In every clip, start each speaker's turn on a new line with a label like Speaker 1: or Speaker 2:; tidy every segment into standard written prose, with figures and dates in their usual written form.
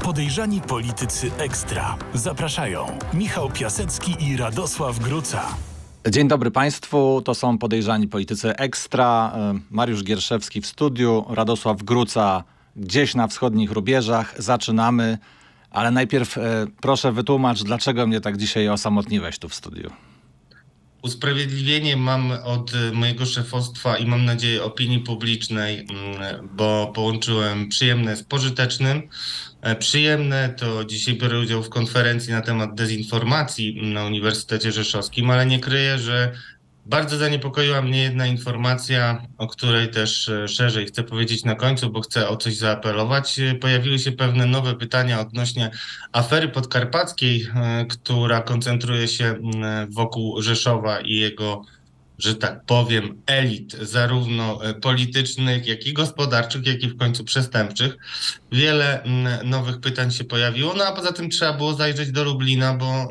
Speaker 1: Podejrzani politycy ekstra. Zapraszają Michał Piasecki i Radosław Gruca.
Speaker 2: Dzień dobry Państwu, to są Podejrzani Politycy Ekstra. Mariusz Gierszewski w studiu, Radosław Gruca gdzieś na wschodnich rubieżach. Zaczynamy, ale najpierw proszę wytłumacz, dlaczego mnie tak dzisiaj osamotniłeś tu w studiu.
Speaker 3: Usprawiedliwienie mam od mojego szefostwa i mam nadzieję opinii publicznej, bo połączyłem przyjemne z pożytecznym. Przyjemne to dzisiaj biorę udział w konferencji na temat dezinformacji na Uniwersytecie Rzeszowskim, ale nie kryję, że bardzo zaniepokoiła mnie jedna informacja, o której też szerzej chcę powiedzieć na końcu, bo chcę o coś zaapelować. Pojawiły się pewne nowe pytania odnośnie afery podkarpackiej, która koncentruje się wokół Rzeszowa i jego, że tak powiem, elit, zarówno politycznych, jak i gospodarczych, jak i w końcu przestępczych. Wiele nowych pytań się pojawiło, no a poza tym trzeba było zajrzeć do Lublina, bo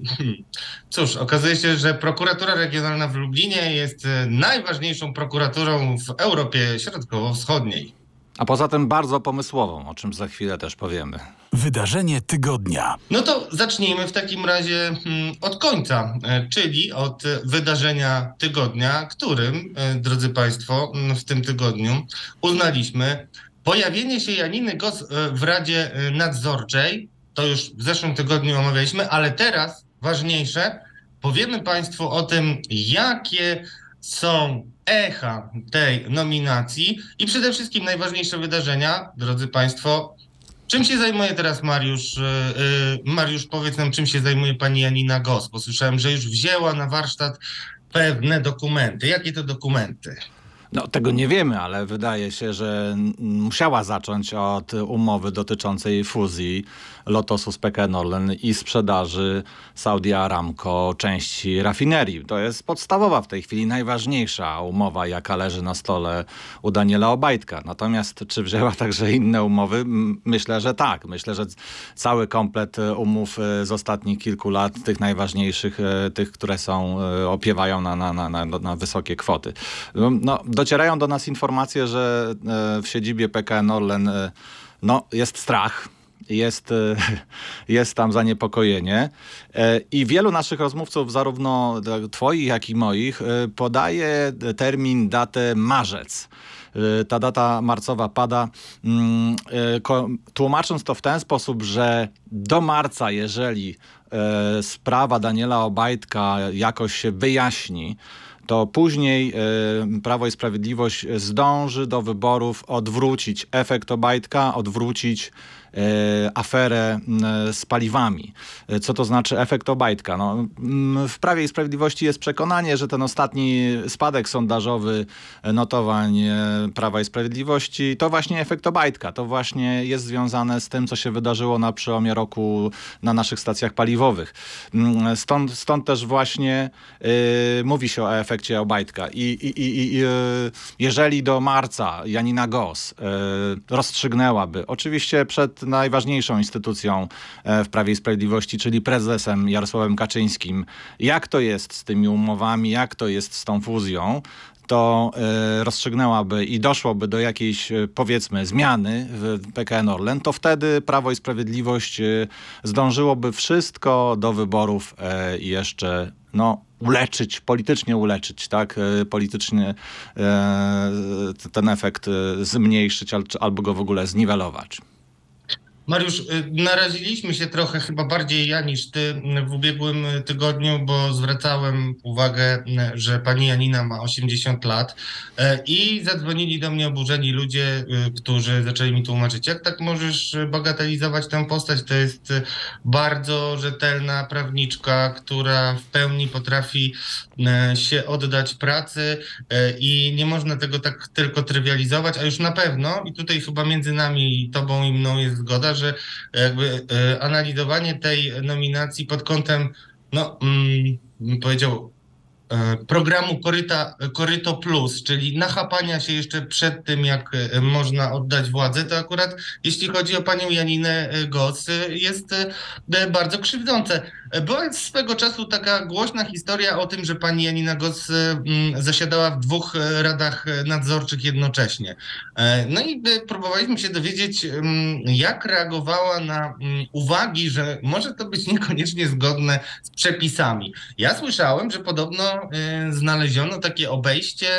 Speaker 3: cóż, okazuje się, że prokuratura regionalna w Lublinie jest najważniejszą prokuraturą w Europie Środkowo-Wschodniej.
Speaker 2: A poza tym bardzo pomysłową, o czym za chwilę też powiemy.
Speaker 1: Wydarzenie tygodnia.
Speaker 3: No to zacznijmy w takim razie od końca, czyli od wydarzenia tygodnia, którym, drodzy Państwo, w tym tygodniu uznaliśmy pojawienie się Janiny Gos w Radzie Nadzorczej. To już w zeszłym tygodniu omawialiśmy, ale teraz ważniejsze, powiemy Państwu o tym, jakie są echa tej nominacji i przede wszystkim najważniejsze wydarzenia, drodzy Państwo. Czym się zajmuje teraz Mariusz? Mariusz, powiedz nam, czym się zajmuje pani Janina Gos, bo słyszałem, że już wzięła na warsztat pewne dokumenty. Jakie to dokumenty?
Speaker 2: No tego nie wiemy, ale wydaje się, że musiała zacząć od umowy dotyczącej fuzji Lotosu z PKN Orlen i sprzedaży Saudi Aramco części rafinerii. To jest podstawowa w tej chwili, najważniejsza umowa, jaka leży na stole u Daniela Obajtka. Natomiast czy wzięła także inne umowy? Myślę, że tak. Myślę, że cały komplet umów z ostatnich kilku lat, tych najważniejszych, tych, które są, opiewają na wysokie kwoty. No, docierają do nas informacje, że w siedzibie PKN Orlen jest strach. Jest tam zaniepokojenie i wielu naszych rozmówców, zarówno twoich, jak i moich, podaje termin, datę marzec. Ta data marcowa pada, tłumacząc to w ten sposób, że do marca, jeżeli sprawa Daniela Obajtka jakoś się wyjaśni, to później Prawo i Sprawiedliwość zdąży do wyborów odwrócić efekt Obajtka, odwrócić aferę z paliwami. Co to znaczy efekt Obajtka? No, w Prawie i Sprawiedliwości jest przekonanie, że ten ostatni spadek sondażowy notowań Prawa i Sprawiedliwości to właśnie efekt Obajtka. To właśnie jest związane z tym, co się wydarzyło na przełomie roku na naszych stacjach paliwowych. Stąd też właśnie mówi się o efekcie Obajtka. I jeżeli do marca Janina Gos rozstrzygnęłaby, oczywiście przed najważniejszą instytucją w Prawie i Sprawiedliwości, czyli prezesem Jarosławem Kaczyńskim, jak to jest z tymi umowami, jak to jest z tą fuzją, to rozstrzygnęłaby i doszłoby do jakiejś, powiedzmy, zmiany w PKN Orlen, to wtedy Prawo i Sprawiedliwość zdążyłoby wszystko do wyborów jeszcze politycznie uleczyć, tak? Politycznie ten efekt zmniejszyć albo go w ogóle zniwelować.
Speaker 3: Mariusz, naraziliśmy się trochę chyba bardziej ja niż ty w ubiegłym tygodniu, bo zwracałem uwagę, że pani Janina ma 80 lat i zadzwonili do mnie oburzeni ludzie, którzy zaczęli mi tłumaczyć, jak tak możesz bagatelizować tę postać. To jest bardzo rzetelna prawniczka, która w pełni potrafi się oddać pracy i nie można tego tak tylko trywializować, a już na pewno, i tutaj chyba między nami, tobą i mną jest zgoda, że jakby analizowanie tej nominacji pod kątem, bym powiedział, programu Koryto Plus, czyli nachapania się jeszcze przed tym, jak można oddać władzę, to akurat jeśli chodzi o panią Janinę Gos, jest bardzo krzywdzące. Była swego czasu taka głośna historia o tym, że pani Janina Gos zasiadała w 2 radach nadzorczych jednocześnie. No i próbowaliśmy się dowiedzieć, jak reagowała na uwagi, że może to być niekoniecznie zgodne z przepisami. Ja słyszałem, że podobno znaleziono takie obejście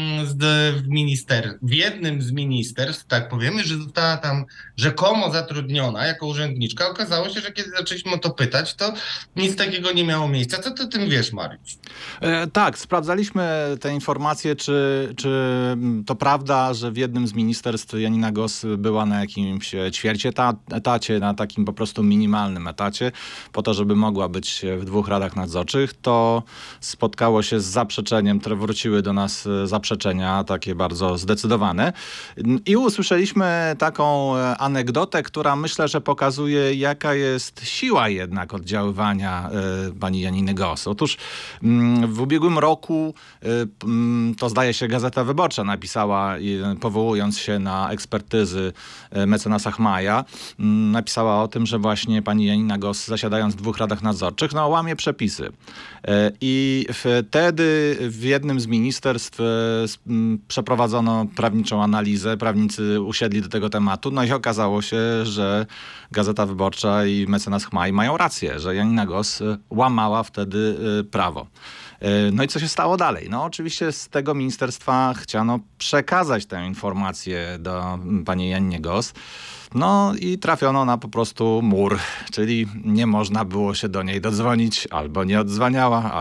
Speaker 3: w jednym z ministerstw, tak powiemy, że została tam rzekomo zatrudniona jako urzędniczka. Okazało się, że kiedy zaczęliśmy o to pytać, to nic takiego nie miało miejsca. Co ty o tym wiesz, Mariusz?
Speaker 2: Tak, sprawdzaliśmy te informacje, czy to prawda, że w jednym z ministerstw Janina Gos była na jakimś ćwiercie etacie, na takim po prostu minimalnym etacie, po to, żeby mogła być w 2 radach nadzorczych. To spotkało się z zaprzeczeniem, które wróciły do nas zaprzeczenia, takie bardzo zdecydowane. I usłyszeliśmy taką anegdotę, która myślę, że pokazuje, jaka jest siła jednak oddziaływania pani Janiny Gos. Otóż w ubiegłym roku, to zdaje się Gazeta Wyborcza napisała, powołując się na ekspertyzy mecenasa Chmaja, napisała o tym, że właśnie pani Janina Gos, zasiadając w 2 radach nadzorczych, łamie przepisy. I wtedy w jednym z ministerstw przeprowadzono prawniczą analizę, prawnicy usiedli do tego tematu, no i okazało się, że Gazeta Wyborcza i mecenas Chmaj mają rację, że Janina Gos łamała wtedy prawo. No i co się stało dalej? No oczywiście z tego ministerstwa chciano przekazać tę informację do pani Janinie Gos. No i trafiono na po prostu mur, czyli nie można było się do niej dodzwonić, albo nie odzwaniała,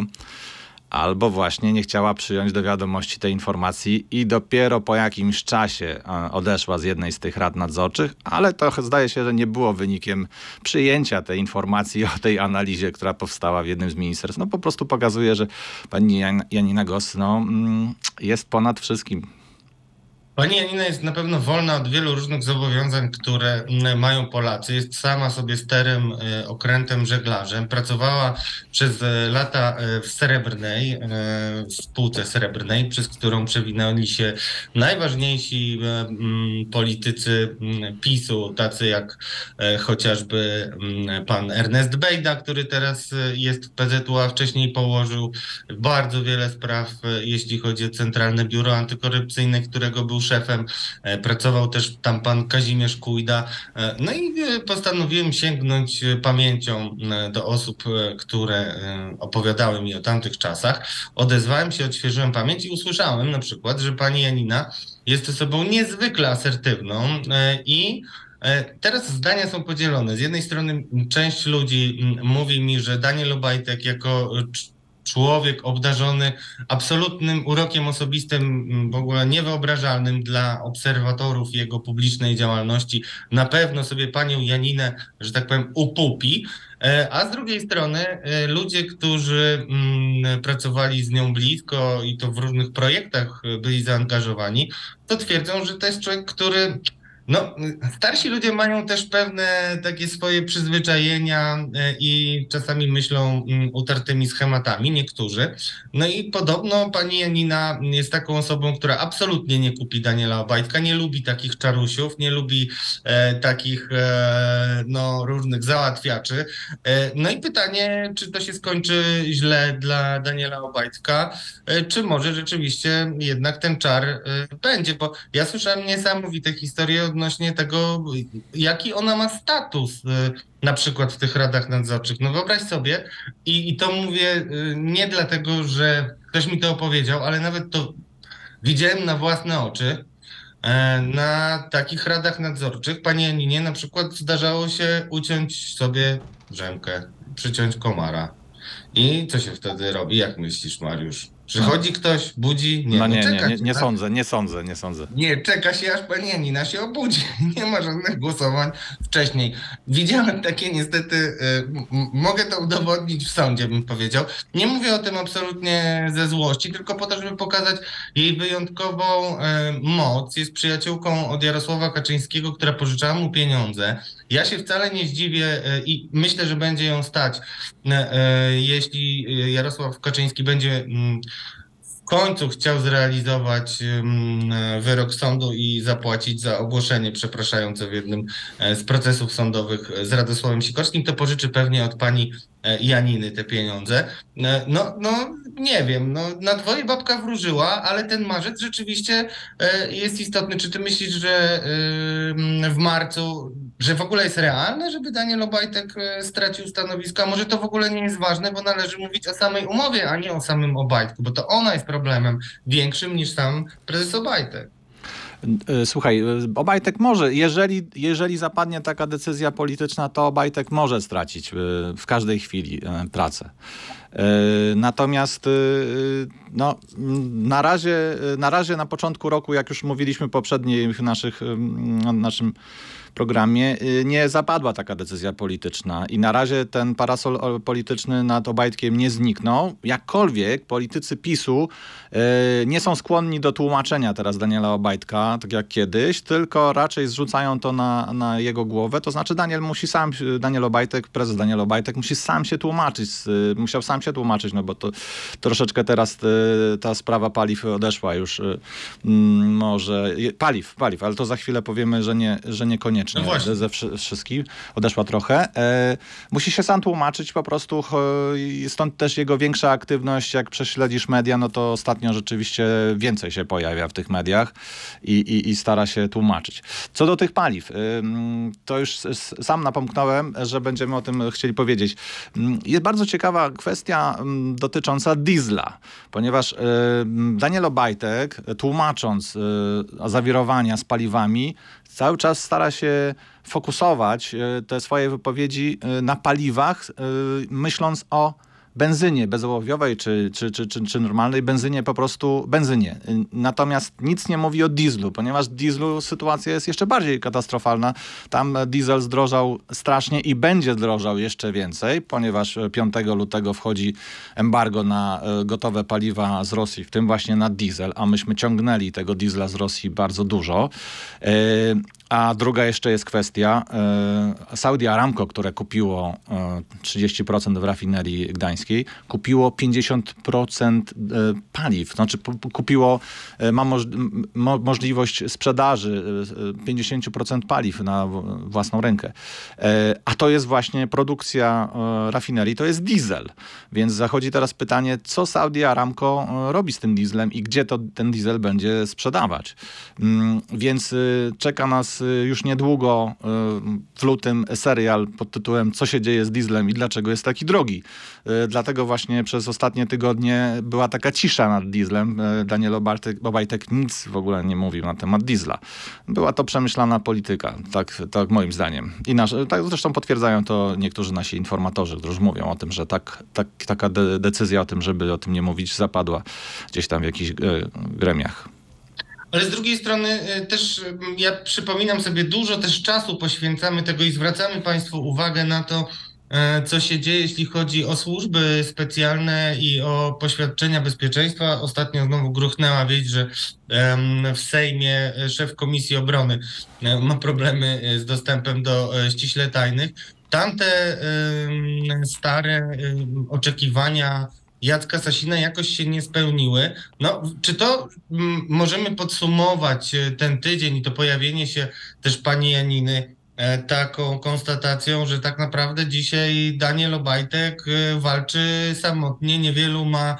Speaker 2: albo właśnie nie chciała przyjąć do wiadomości tej informacji i dopiero po jakimś czasie odeszła z jednej z tych rad nadzorczych, ale to zdaje się, że nie było wynikiem przyjęcia tej informacji o tej analizie, która powstała w jednym z ministerstw. No po prostu pokazuje, że pani Janina Gos jest ponad wszystkim.
Speaker 3: Pani Janina jest na pewno wolna od wielu różnych zobowiązań, które mają Polacy. Jest sama sobie sterem, okrętem, żeglarzem. Pracowała przez lata w Srebrnej, w spółce Srebrnej, przez którą przewinęli się najważniejsi politycy PiS-u, tacy jak chociażby pan Ernest Bejda, który teraz jest w PZU, a wcześniej położył bardzo wiele spraw, jeśli chodzi o Centralne Biuro Antykorupcyjne, którego był szefem. Pracował też tam pan Kazimierz Kujda. No i postanowiłem sięgnąć pamięcią do osób, które opowiadały mi o tamtych czasach. Odezwałem się, odświeżyłem pamięć i usłyszałem na przykład, że pani Janina jest osobą niezwykle asertywną i teraz zdania są podzielone. Z jednej strony część ludzi mówi mi, że Daniel Obajtek jako człowiek obdarzony absolutnym urokiem osobistym, w ogóle niewyobrażalnym dla obserwatorów jego publicznej działalności, na pewno sobie panią Janinę, że tak powiem, upupi. A z drugiej strony ludzie, którzy pracowali z nią blisko i to w różnych projektach byli zaangażowani, to twierdzą, że to jest człowiek, który... No, starsi ludzie mają też pewne takie swoje przyzwyczajenia i czasami myślą utartymi schematami, niektórzy. No i podobno pani Janina jest taką osobą, która absolutnie nie kupi Daniela Obajtka, nie lubi takich czarusiów, nie lubi takich różnych załatwiaczy. No i pytanie, czy to się skończy źle dla Daniela Obajtka, czy może rzeczywiście jednak ten czar będzie, bo ja słyszałem niesamowite historie odnośnie tego, jaki ona ma status na przykład w tych radach nadzorczych. No wyobraź sobie, i to mówię nie dlatego, że ktoś mi to opowiedział, ale nawet to widziałem na własne oczy. Na takich radach nadzorczych pani Janinie na przykład zdarzało się uciąć sobie drzemkę, przyciąć komara. I co się wtedy robi? Jak myślisz, Mariusz? Przychodzi ktoś, budzi?
Speaker 2: Nie sądzę.
Speaker 3: Nie, czeka się, aż pani Janina się obudzi. Nie ma żadnych głosowań wcześniej. Widziałem takie niestety, mogę to udowodnić w sądzie, bym powiedział. Nie mówię o tym absolutnie ze złości, tylko po to, żeby pokazać jej wyjątkową moc. Jest przyjaciółką od Jarosława Kaczyńskiego, która pożyczała mu pieniądze. Ja się wcale nie zdziwię i myślę, że będzie ją stać, jeśli Jarosław Kaczyński będzie końcu chciał zrealizować wyrok sądu i zapłacić za ogłoszenie przepraszające w jednym z procesów sądowych z Radosławem Sikorskim, to pożyczy pewnie od pani Janiny te pieniądze. Nie wiem, na dwoje babka wróżyła, ale ten marzec rzeczywiście jest istotny. Czy ty myślisz, że w marcu, że w ogóle jest realne, żeby Daniel Obajtek stracił stanowisko? A może to w ogóle nie jest ważne, bo należy mówić o samej umowie, a nie o samym Obajtku, bo to ona jest problemem większym niż sam prezes Obajtek.
Speaker 2: Słuchaj, Obajtek może, jeżeli zapadnie taka decyzja polityczna, to Obajtek może stracić w każdej chwili pracę. Natomiast na razie na początku roku, jak już mówiliśmy w naszym programie, nie zapadła taka decyzja polityczna i na razie ten parasol polityczny nad Obajtkiem nie zniknął. Jakkolwiek politycy PiS-u nie są skłonni do tłumaczenia teraz Daniela Obajtka, tak jak kiedyś, tylko raczej zrzucają to na jego głowę. To znaczy prezes Daniel Obajtek musi sam się tłumaczyć. Musiał sam się tłumaczyć, no bo to troszeczkę teraz ta sprawa paliw odeszła już. Może paliw, ale to za chwilę powiemy, że niekoniecznie. Ze wszystkich odeszła trochę. Musi się sam tłumaczyć po prostu, stąd też jego większa aktywność, jak prześledzisz media, no to ostatnio rzeczywiście więcej się pojawia w tych mediach i stara się tłumaczyć. Co do tych paliw, to już sam napomknąłem, że będziemy o tym chcieli powiedzieć. Jest bardzo ciekawa kwestia dotycząca diesla, ponieważ Daniel Obajtek, tłumacząc zawirowania z paliwami, cały czas stara się fokusować te swoje wypowiedzi na paliwach, myśląc o benzynie bezołowiowej czy normalnej benzynie, po prostu benzynie. Natomiast nic nie mówi o dieslu, ponieważ dieslu sytuacja jest jeszcze bardziej katastrofalna. Tam diesel zdrożał strasznie i będzie zdrożał jeszcze więcej, ponieważ 5 lutego wchodzi embargo na gotowe paliwa z Rosji, w tym właśnie na diesel, a myśmy ciągnęli tego diesla z Rosji bardzo dużo. A druga jeszcze jest kwestia Saudi Aramco, które kupiło 30% w rafinerii gdańskiej, kupiło 50% paliw. Znaczy ma możliwość sprzedaży 50% paliw na własną rękę. A to jest właśnie produkcja rafinerii, to jest diesel. Więc zachodzi teraz pytanie, co Saudi Aramco robi z tym dieslem i gdzie ten diesel będzie sprzedawać. Więc czeka nas już niedługo w lutym serial pod tytułem Co się dzieje z dieslem i dlaczego jest taki drogi. Dlatego właśnie przez ostatnie tygodnie była taka cisza nad dieslem. Daniel Obajtek nic w ogóle nie mówił na temat diesla. Była to przemyślana polityka, tak moim zdaniem. Tak zresztą potwierdzają to niektórzy nasi informatorzy, którzy mówią o tym, że taka decyzja o tym, żeby o tym nie mówić, zapadła gdzieś tam w jakichś gremiach.
Speaker 3: Ale z drugiej strony też ja przypominam sobie, dużo też czasu poświęcamy tego i zwracamy Państwu uwagę na to, co się dzieje, jeśli chodzi o służby specjalne i o poświadczenia bezpieczeństwa. Ostatnio znowu gruchnęła wieść, że w Sejmie szef Komisji Obrony ma problemy z dostępem do ściśle tajnych. Tamte stare oczekiwania Jacka Sasina jakoś się nie spełniły. Czy to możemy podsumować ten tydzień i to pojawienie się też pani Janiny taką konstatacją, że tak naprawdę dzisiaj Daniel Obajtek walczy samotnie, niewielu ma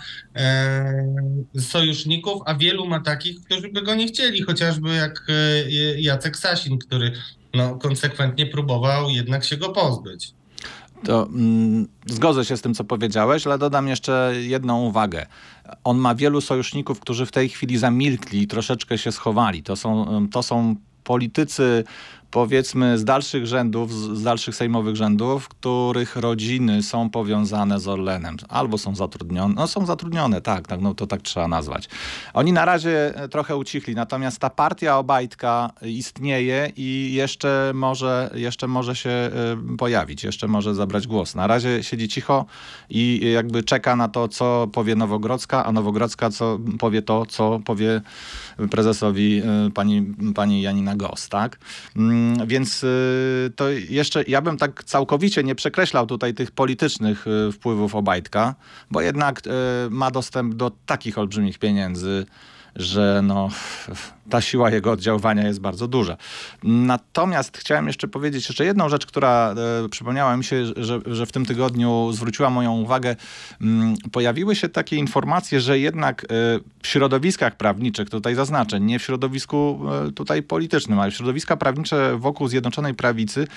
Speaker 3: sojuszników, a wielu ma takich, którzy by go nie chcieli, chociażby jak Jacek Sasin, który konsekwentnie próbował jednak się go pozbyć.
Speaker 2: To zgodzę się z tym, co powiedziałeś, ale dodam jeszcze jedną uwagę. On ma wielu sojuszników, którzy w tej chwili zamilkli i troszeczkę się schowali. To są politycy, powiedzmy, z dalszych rzędów, z dalszych sejmowych rzędów, których rodziny są powiązane z Orlenem. Albo są zatrudnione, są zatrudnione, tak, to tak trzeba nazwać. Oni na razie trochę ucichli, natomiast ta partia Obajtka istnieje i jeszcze może się pojawić, jeszcze może zabrać głos. Na razie siedzi cicho i jakby czeka na to, co powie Nowogrodzka, a Nowogrodzka powie to, co powie prezesowi pani Janina Gos, tak? Więc to jeszcze, ja bym tak całkowicie nie przekreślał tutaj tych politycznych wpływów Obajtka, bo jednak ma dostęp do takich olbrzymich pieniędzy, że no, ta siła jego oddziaływania jest bardzo duża. Natomiast chciałem jeszcze powiedzieć jeszcze jedną rzecz, która przypomniała mi się, że w tym tygodniu zwróciła moją uwagę. Pojawiły się takie informacje, że jednak w środowiskach prawniczych, tutaj zaznaczę, nie w środowisku tutaj politycznym, ale w środowiska prawnicze wokół Zjednoczonej Prawicy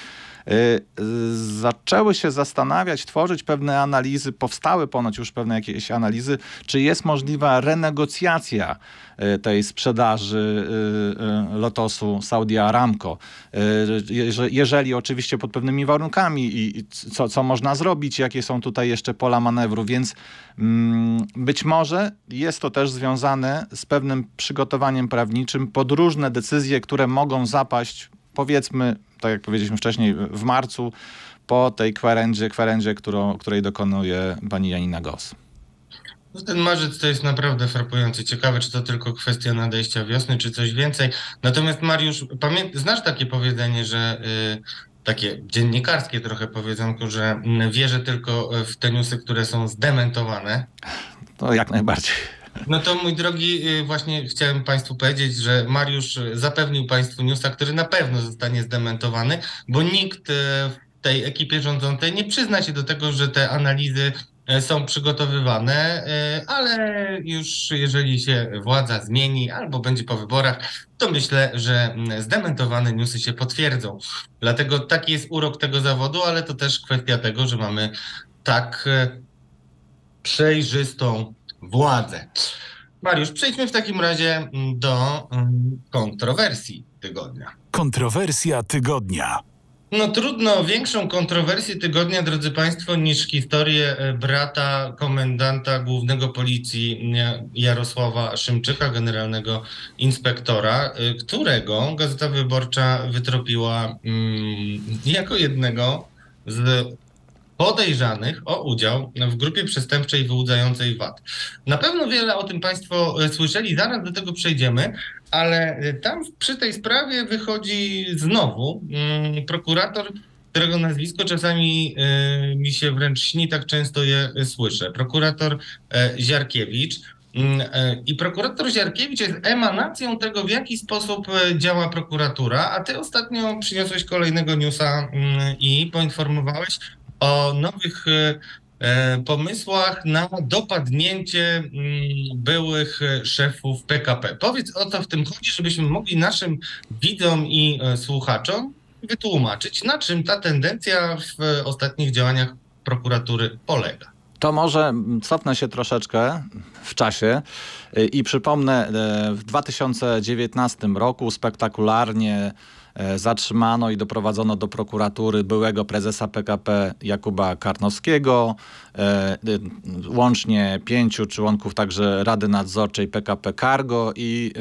Speaker 2: zaczęły się zastanawiać, tworzyć pewne analizy, powstały ponoć już pewne jakieś analizy, czy jest możliwa renegocjacja tej sprzedaży Lotosu Saudi Aramco. Jeżeli oczywiście pod pewnymi warunkami i co można zrobić, jakie są tutaj jeszcze pola manewru, więc być może jest to też związane z pewnym przygotowaniem prawniczym pod różne decyzje, które mogą zapaść, powiedzmy, tak jak powiedzieliśmy wcześniej, w marcu, po tej kwerendzie, której dokonuje pani Janina Gos.
Speaker 3: No ten marzec to jest naprawdę frapujący. Ciekawe, czy to tylko kwestia nadejścia wiosny, czy coś więcej. Natomiast Mariusz, znasz takie powiedzenie, że takie dziennikarskie trochę powiedzonko, że wierzę tylko w te newsy, które są zdementowane?
Speaker 2: To jak najbardziej.
Speaker 3: No to mój drogi, właśnie chciałem Państwu powiedzieć, że Mariusz zapewnił Państwu newsa, który na pewno zostanie zdementowany, bo nikt w tej ekipie rządzącej nie przyzna się do tego, że te analizy są przygotowywane, ale już jeżeli się władza zmieni albo będzie po wyborach, to myślę, że zdementowane newsy się potwierdzą. Dlatego taki jest urok tego zawodu, ale to też kwestia tego, że mamy tak przejrzystą władzę. Mariusz, przejdźmy w takim razie do kontrowersji tygodnia.
Speaker 1: Kontrowersja tygodnia.
Speaker 3: No trudno większą kontrowersję tygodnia, drodzy Państwo, niż historię brata komendanta głównego policji Jarosława Szymczyka, generalnego inspektora, którego Gazeta Wyborcza wytropiła jako jednego z podejrzanych o udział w grupie przestępczej wyłudzającej VAT. Na pewno wiele o tym Państwo słyszeli, zaraz do tego przejdziemy, ale tam przy tej sprawie wychodzi znowu prokurator, którego nazwisko czasami mi się wręcz śni, tak często je słyszę. Prokurator Ziarkiewicz. I prokurator Ziarkiewicz jest emanacją tego, w jaki sposób działa prokuratura, a ty ostatnio przyniosłeś kolejnego newsa i poinformowałeś o nowych pomysłach na dopadnięcie byłych szefów PKP. Powiedz, o co w tym chodzi, żebyśmy mogli naszym widzom i słuchaczom wytłumaczyć, na czym ta tendencja w ostatnich działaniach prokuratury polega.
Speaker 2: To może cofnę się troszeczkę w czasie i przypomnę, w 2019 roku spektakularnie zatrzymano i doprowadzono do prokuratury byłego prezesa PKP Jakuba Karnowskiego, łącznie 5 członków także Rady Nadzorczej PKP Cargo i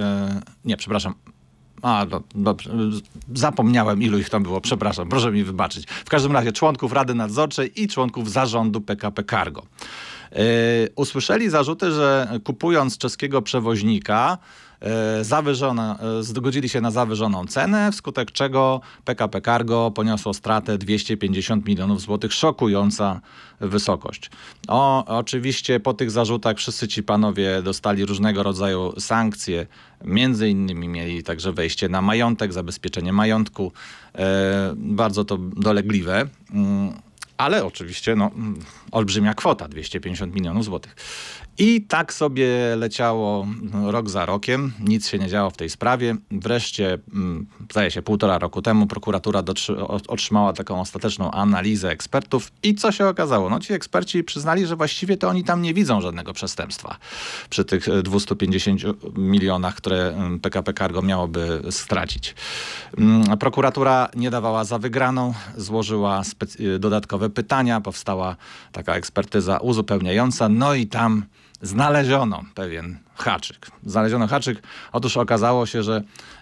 Speaker 2: dobrze, zapomniałem, ilu ich tam było, przepraszam, proszę mi wybaczyć. W każdym razie członków Rady Nadzorczej i członków zarządu PKP Cargo. Usłyszeli zarzuty, że kupując czeskiego przewoźnika zgodzili się na zawyżoną cenę, wskutek czego PKP Cargo poniosło stratę 250 milionów złotych. Szokująca wysokość. Oczywiście po tych zarzutach wszyscy ci panowie dostali różnego rodzaju sankcje. Między innymi mieli także wejście na majątek, zabezpieczenie majątku. Bardzo to dolegliwe. Ale oczywiście olbrzymia kwota, 250 milionów złotych. I tak sobie leciało rok za rokiem, nic się nie działo w tej sprawie. Wreszcie, zdaje się, 1,5 roku temu prokuratura otrzymała taką ostateczną analizę ekspertów i co się okazało? Ci eksperci przyznali, że właściwie to oni tam nie widzą żadnego przestępstwa przy tych 250 milionach, które PKP Cargo miałoby stracić. Prokuratura nie dawała za wygraną, złożyła dodatkowe pytania, powstała taka ekspertyza uzupełniająca, i tam znaleziono pewien haczyk. Otóż okazało się, że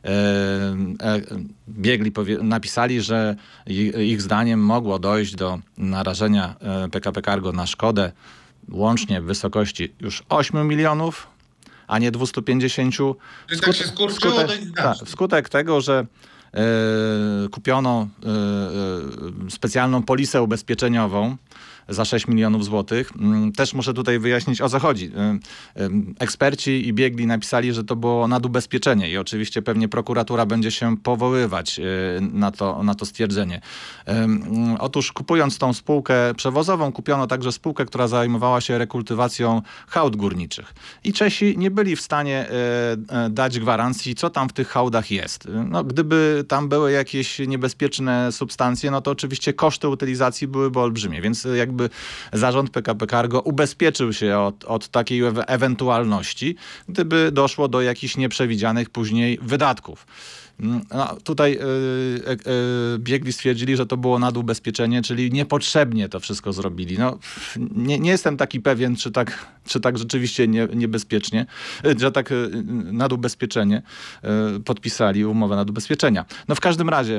Speaker 2: biegli napisali, że ich zdaniem mogło dojść do narażenia PKP Cargo na szkodę łącznie w wysokości już 8 milionów, a nie 250.
Speaker 3: Tak się skurczyło dość znacznie.
Speaker 2: Wskutek tego, że kupiono specjalną polisę ubezpieczeniową za 6 milionów złotych. Też muszę tutaj wyjaśnić, o co chodzi. Eksperci i biegli napisali, że to było nadubezpieczenie i oczywiście pewnie prokuratura będzie się powoływać na to stwierdzenie. Otóż kupując tą spółkę przewozową, kupiono także spółkę, która zajmowała się rekultywacją hałd górniczych. I Czesi nie byli w stanie dać gwarancji, co tam w tych hałdach jest. No, gdyby tam były jakieś niebezpieczne substancje, no to oczywiście koszty utylizacji byłyby olbrzymie, więc jakby zarząd PKP Cargo ubezpieczył się od takiej ewentualności, gdyby doszło do jakichś nieprzewidzianych później wydatków. No, tutaj biegli stwierdzili, że to było nadubezpieczenie, czyli niepotrzebnie to wszystko zrobili. No, nie jestem taki pewien, czy tak rzeczywiście niebezpiecznie, że tak nadubezpieczenie podpisali umowę nadubezpieczenia. No w każdym razie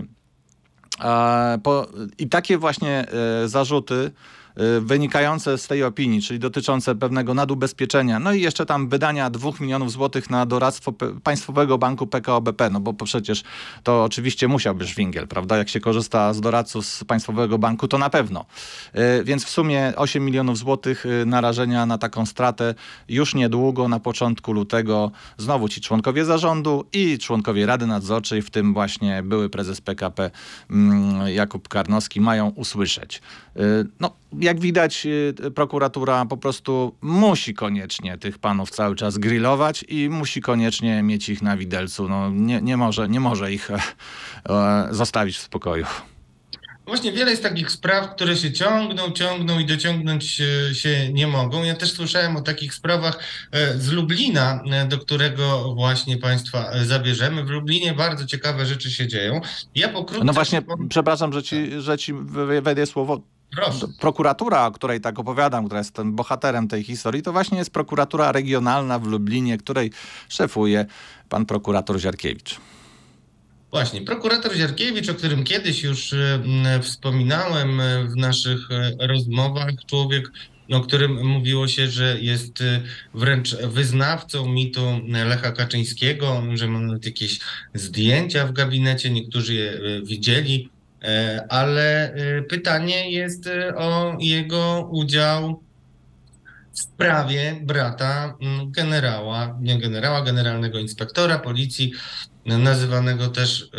Speaker 2: i takie właśnie zarzuty wynikające z tej opinii, czyli dotyczące pewnego nadubezpieczenia, no i jeszcze tam wydania 2 milionów złotych na doradztwo Państwowego Banku PKO BP, no bo przecież to oczywiście musiałby szwingiel, prawda? Jak się korzysta z doradców z Państwowego Banku, to na pewno. Więc w sumie 8 milionów złotych narażenia na taką stratę już niedługo, na początku lutego, znowu ci członkowie zarządu i członkowie Rady Nadzorczej, w tym właśnie były prezes PKP Jakub Karnowski, mają usłyszeć. No, jak widać, prokuratura po prostu musi koniecznie tych panów cały czas grillować i musi koniecznie mieć ich na widelcu. No, nie może ich zostawić w spokoju.
Speaker 3: Właśnie wiele jest takich spraw, które się ciągną i dociągnąć się nie mogą. Ja też słyszałem o takich sprawach z Lublina, do którego właśnie Państwa zabierzemy. W Lublinie bardzo ciekawe rzeczy się dzieją. Ja pokrótce...
Speaker 2: No właśnie, przepraszam, że ci wejdę słowo.
Speaker 3: Proszę.
Speaker 2: Prokuratura, o której tak opowiadam, która jest tym bohaterem tej historii, to właśnie jest prokuratura regionalna w Lublinie, której szefuje pan prokurator Ziarkiewicz.
Speaker 3: Właśnie, prokurator Ziarkiewicz, o którym kiedyś już wspominałem w naszych rozmowach, człowiek, o którym mówiło się, że jest wręcz wyznawcą mitu Lecha Kaczyńskiego, że ma nawet jakieś zdjęcia w gabinecie, niektórzy je widzieli, ale pytanie jest o jego udział w sprawie brata generalnego inspektora policji, nazywanego też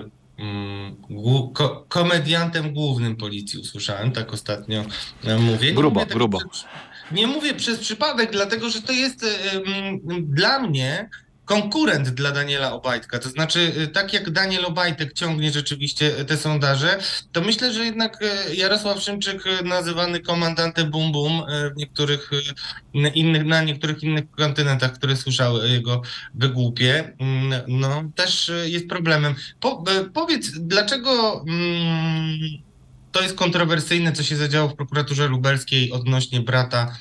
Speaker 3: komediantem głównym policji. Usłyszałem, tak ostatnio mówię.
Speaker 2: Grubo.
Speaker 3: Nie mówię przez przypadek, dlatego że to jest dla mnie konkurent dla Daniela Obajtka. To znaczy, tak jak Daniel Obajtek ciągnie rzeczywiście te sondaże, to myślę, że jednak Jarosław Szymczyk, nazywany komandantem Bum Bum na niektórych innych kontynentach, które słyszały jego wygłupie, no też jest problemem. Powiedz, dlaczego to jest kontrowersyjne, co się zadziało w prokuraturze lubelskiej odnośnie brata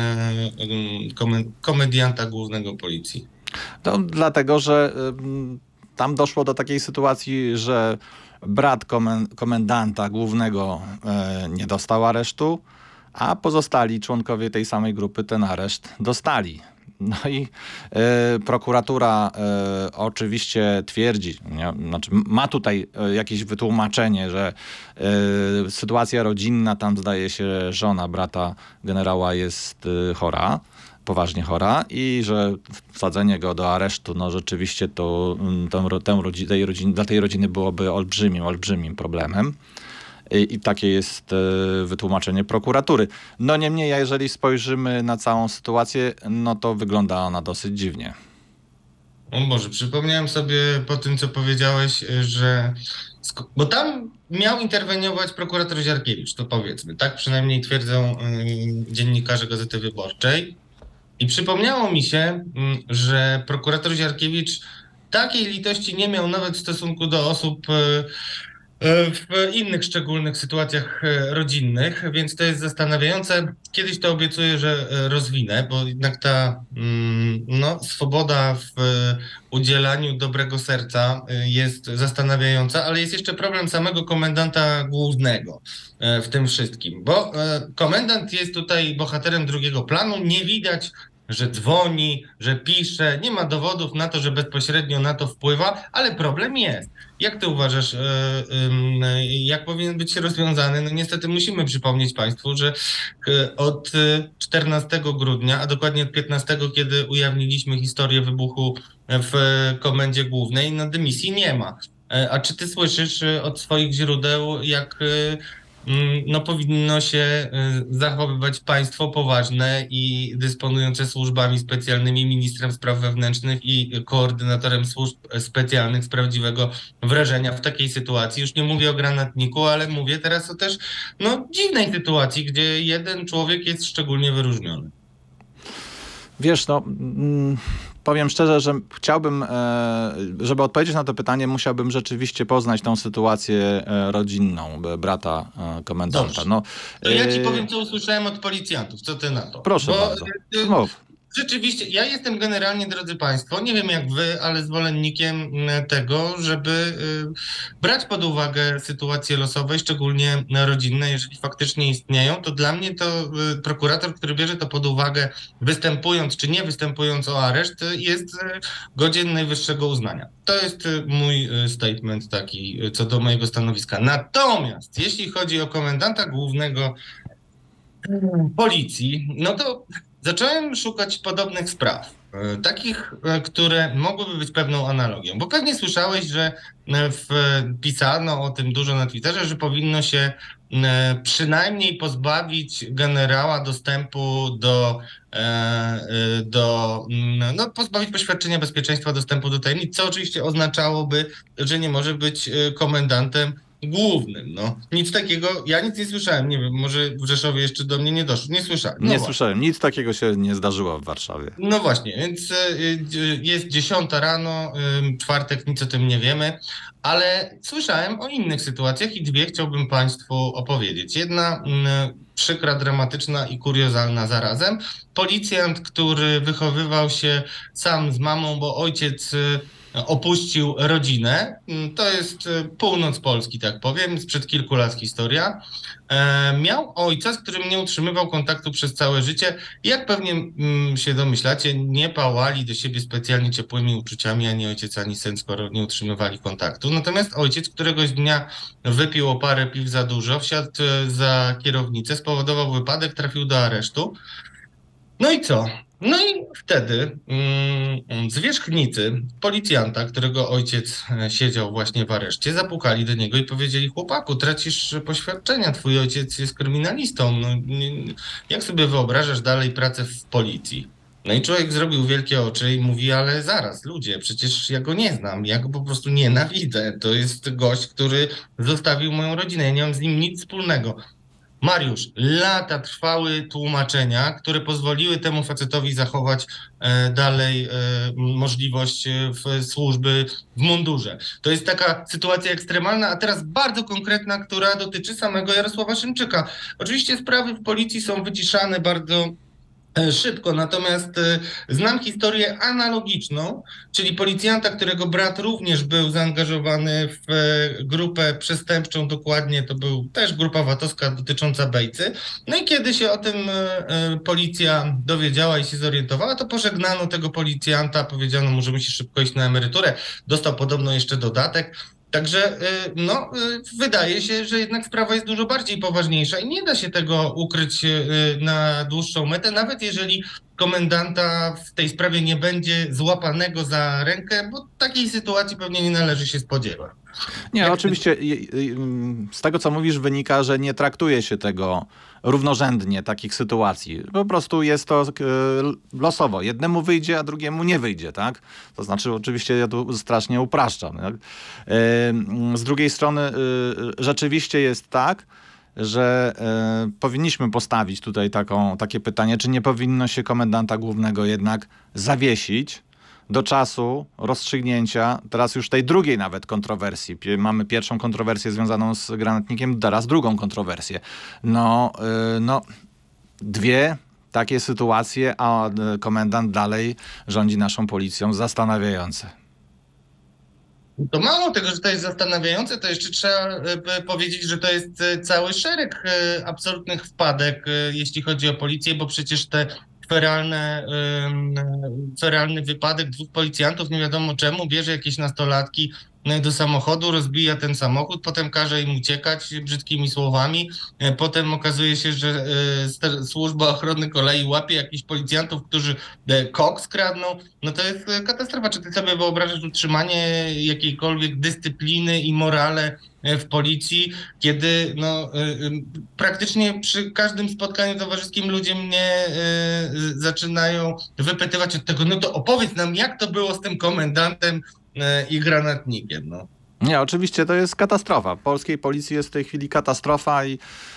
Speaker 3: komedianta głównego policji?
Speaker 2: To dlatego, że tam doszło do takiej sytuacji, że brat komendanta głównego nie dostał aresztu, a pozostali członkowie tej samej grupy ten areszt dostali. No i prokuratura oczywiście twierdzi, znaczy ma tutaj jakieś wytłumaczenie, że sytuacja rodzinna, tam zdaje się żona brata generała jest chora, poważnie chora i że wsadzenie go do aresztu, no rzeczywiście to dla tej rodziny byłoby olbrzymim problemem. I takie jest wytłumaczenie prokuratury. No niemniej, jeżeli spojrzymy na całą sytuację, no to wygląda ona dosyć dziwnie.
Speaker 3: O Boże, przypomniałem sobie po tym, co powiedziałeś, że... Bo tam miał interweniować prokurator Ziarkiewicz, to powiedzmy. Tak przynajmniej twierdzą dziennikarze Gazety Wyborczej. I przypomniało mi się, że prokurator Ziarkiewicz takiej litości nie miał nawet w stosunku do osób w innych szczególnych sytuacjach rodzinnych, więc to jest zastanawiające. Kiedyś to obiecuję, że rozwinę, bo jednak ta swoboda w udzielaniu dobrego serca jest zastanawiająca, ale jest jeszcze problem samego komendanta głównego w tym wszystkim, bo komendant jest tutaj bohaterem drugiego planu, nie widać że dzwoni, że pisze, nie ma dowodów na to, że bezpośrednio na to wpływa, ale problem jest. Jak ty uważasz, jak powinien być rozwiązany? No niestety musimy przypomnieć Państwu, że od 14 grudnia, a dokładnie od 15, kiedy ujawniliśmy historię wybuchu w Komendzie Głównej, no dymisji nie ma. A czy ty słyszysz od swoich źródeł, jak no, powinno się zachowywać państwo poważne i dysponujące służbami specjalnymi, ministrem spraw wewnętrznych i koordynatorem służb specjalnych z prawdziwego wrażenia w takiej sytuacji? Już nie mówię o granatniku, ale mówię teraz o też no, dziwnej sytuacji, gdzie jeden człowiek jest szczególnie wyróżniony.
Speaker 2: Wiesz, no, powiem szczerze, że chciałbym, żeby odpowiedzieć na to pytanie, musiałbym rzeczywiście poznać tą sytuację rodzinną brata komendanta.
Speaker 3: Dobrze.
Speaker 2: No,
Speaker 3: To ja ci powiem, co usłyszałem od policjantów. Co ty na to?
Speaker 2: Proszę bardzo. Mów.
Speaker 3: Rzeczywiście, ja jestem generalnie, drodzy Państwo, nie wiem jak wy, ale zwolennikiem tego, żeby brać pod uwagę sytuacje losowe, szczególnie rodzinne, jeżeli faktycznie istnieją, to dla mnie to prokurator, który bierze to pod uwagę, występując czy nie występując o areszt, jest godzien najwyższego uznania. To jest mój statement taki co do mojego stanowiska. Natomiast jeśli chodzi o komendanta głównego policji, no to zacząłem szukać podobnych spraw, takich, które mogłyby być pewną analogią, bo pewnie słyszałeś, że pisano o tym dużo na Twitterze, że powinno się przynajmniej pozbawić generała dostępu no, pozbawić poświadczenia bezpieczeństwa dostępu do tajemnic, co oczywiście oznaczałoby, że nie może być komendantem głównym. No. Nic takiego, ja nic nie słyszałem, nie wiem, może w Rzeszowie jeszcze do mnie nie doszło, nie słyszałem. No
Speaker 2: nie słyszałem, nic takiego się nie zdarzyło w Warszawie.
Speaker 3: No właśnie, więc jest 10 rano, czwartek, nic o tym nie wiemy, ale słyszałem o innych sytuacjach i dwie chciałbym Państwu opowiedzieć. Jedna przykra, dramatyczna i kuriozalna zarazem. Policjant, który wychowywał się sam z mamą, bo ojciec opuścił rodzinę. To jest północ Polski, tak powiem, sprzed kilku lat historia. Miał ojca, z którym nie utrzymywał kontaktu przez całe życie. Jak pewnie się domyślacie, nie pałali do siebie specjalnie ciepłymi uczuciami ani ojciec, ani syn, skoro nie utrzymywali kontaktu. Natomiast ojciec któregoś dnia wypił o parę piw za dużo, wsiadł za kierownicę, spowodował wypadek, trafił do aresztu. No i co? No i wtedy zwierzchnicy policjanta, którego ojciec siedział właśnie w areszcie, zapukali do niego i powiedzieli: chłopaku, tracisz poświadczenia, twój ojciec jest kryminalistą. No, jak sobie wyobrażasz dalej pracę w policji? No i człowiek zrobił wielkie oczy i mówi: ale zaraz, ludzie, przecież ja go nie znam, ja go po prostu nienawidzę. To jest gość, który zostawił moją rodzinę, ja nie mam z nim nic wspólnego. Mariusz, lata trwały tłumaczenia, które pozwoliły temu facetowi zachować dalej możliwość służby w mundurze. To jest taka sytuacja ekstremalna, a teraz bardzo konkretna, która dotyczy samego Jarosława Szymczyka. Oczywiście sprawy w policji są wyciszane bardzo szybko, natomiast znam historię analogiczną, czyli policjanta, którego brat również był zaangażowany w grupę przestępczą, dokładnie to był też grupa VAT-owska dotycząca Bejcy. No i kiedy się o tym policja dowiedziała i się zorientowała, to pożegnano tego policjanta, powiedziano mu, że musi szybko iść na emeryturę, dostał podobno jeszcze dodatek. Także no, wydaje się, że jednak sprawa jest dużo bardziej poważniejsza i nie da się tego ukryć na dłuższą metę, nawet jeżeli komendanta w tej sprawie nie będzie złapanego za rękę, bo takiej sytuacji pewnie nie należy się spodziewać.
Speaker 2: Nie, oczywiście z tego, co mówisz, wynika, że nie traktuje się tego równorzędnie, takich sytuacji. Po prostu jest to losowo. Jednemu wyjdzie, a drugiemu nie wyjdzie, tak? To znaczy, oczywiście ja tu strasznie upraszczam. Tak? Z drugiej strony rzeczywiście jest tak, że powinniśmy postawić tutaj takie pytanie, czy nie powinno się komendanta głównego jednak zawiesić do czasu rozstrzygnięcia teraz już tej drugiej nawet kontrowersji. Mamy pierwszą kontrowersję związaną z granatnikiem, teraz drugą kontrowersję. No, dwie takie sytuacje, a komendant dalej rządzi naszą policją. Zastanawiające.
Speaker 3: To mało tego, że to jest zastanawiające, to jeszcze trzeba powiedzieć, że to jest cały szereg absolutnych wpadek, jeśli chodzi o policję, bo przecież te feralny wypadek dwóch policjantów, nie wiadomo czemu, bierze jakieś nastolatki do samochodu, rozbija ten samochód, potem każe im uciekać brzydkimi słowami, potem okazuje się, że służba ochrony kolei łapie jakichś policjantów, którzy koks kradną. No to jest katastrofa. Czy ty sobie wyobrażasz utrzymanie jakiejkolwiek dyscypliny i morale w policji, kiedy no, praktycznie przy każdym spotkaniu towarzyskim ludzie mnie zaczynają wypytywać od tego, no to opowiedz nam, jak to było z tym komendantem i granatnikiem. No.
Speaker 2: Nie, oczywiście to jest katastrofa. Polskiej policji jest w tej chwili katastrofa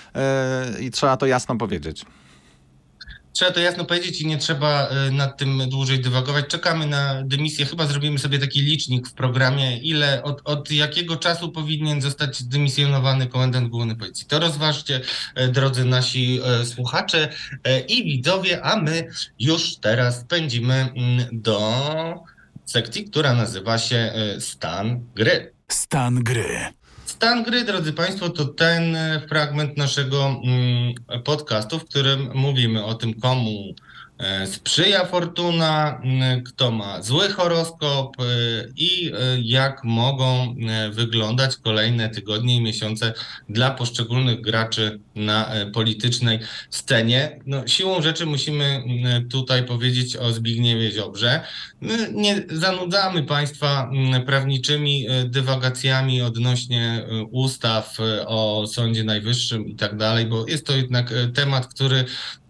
Speaker 2: i trzeba to jasno powiedzieć.
Speaker 3: Trzeba to jasno powiedzieć i nie trzeba nad tym dłużej dywagować. Czekamy na dymisję. Chyba zrobimy sobie taki licznik w programie, ile od jakiego czasu powinien zostać dymisjonowany komendant główny policji. To rozważcie, drodzy nasi słuchacze i widzowie, a my już teraz pędzimy do sekcji, która nazywa się Stan Gry.
Speaker 1: Stan gry.
Speaker 3: Stan gry, drodzy Państwo, to ten fragment naszego podcastu, w którym mówimy o tym, komu sprzyja fortuna, kto ma zły horoskop i jak mogą wyglądać kolejne tygodnie i miesiące dla poszczególnych graczy na politycznej scenie. No, siłą rzeczy musimy tutaj powiedzieć o Zbigniewie Ziobrze. My nie zanudzamy Państwa prawniczymi dywagacjami odnośnie ustaw o Sądzie Najwyższym i tak dalej, bo jest to jednak temat, który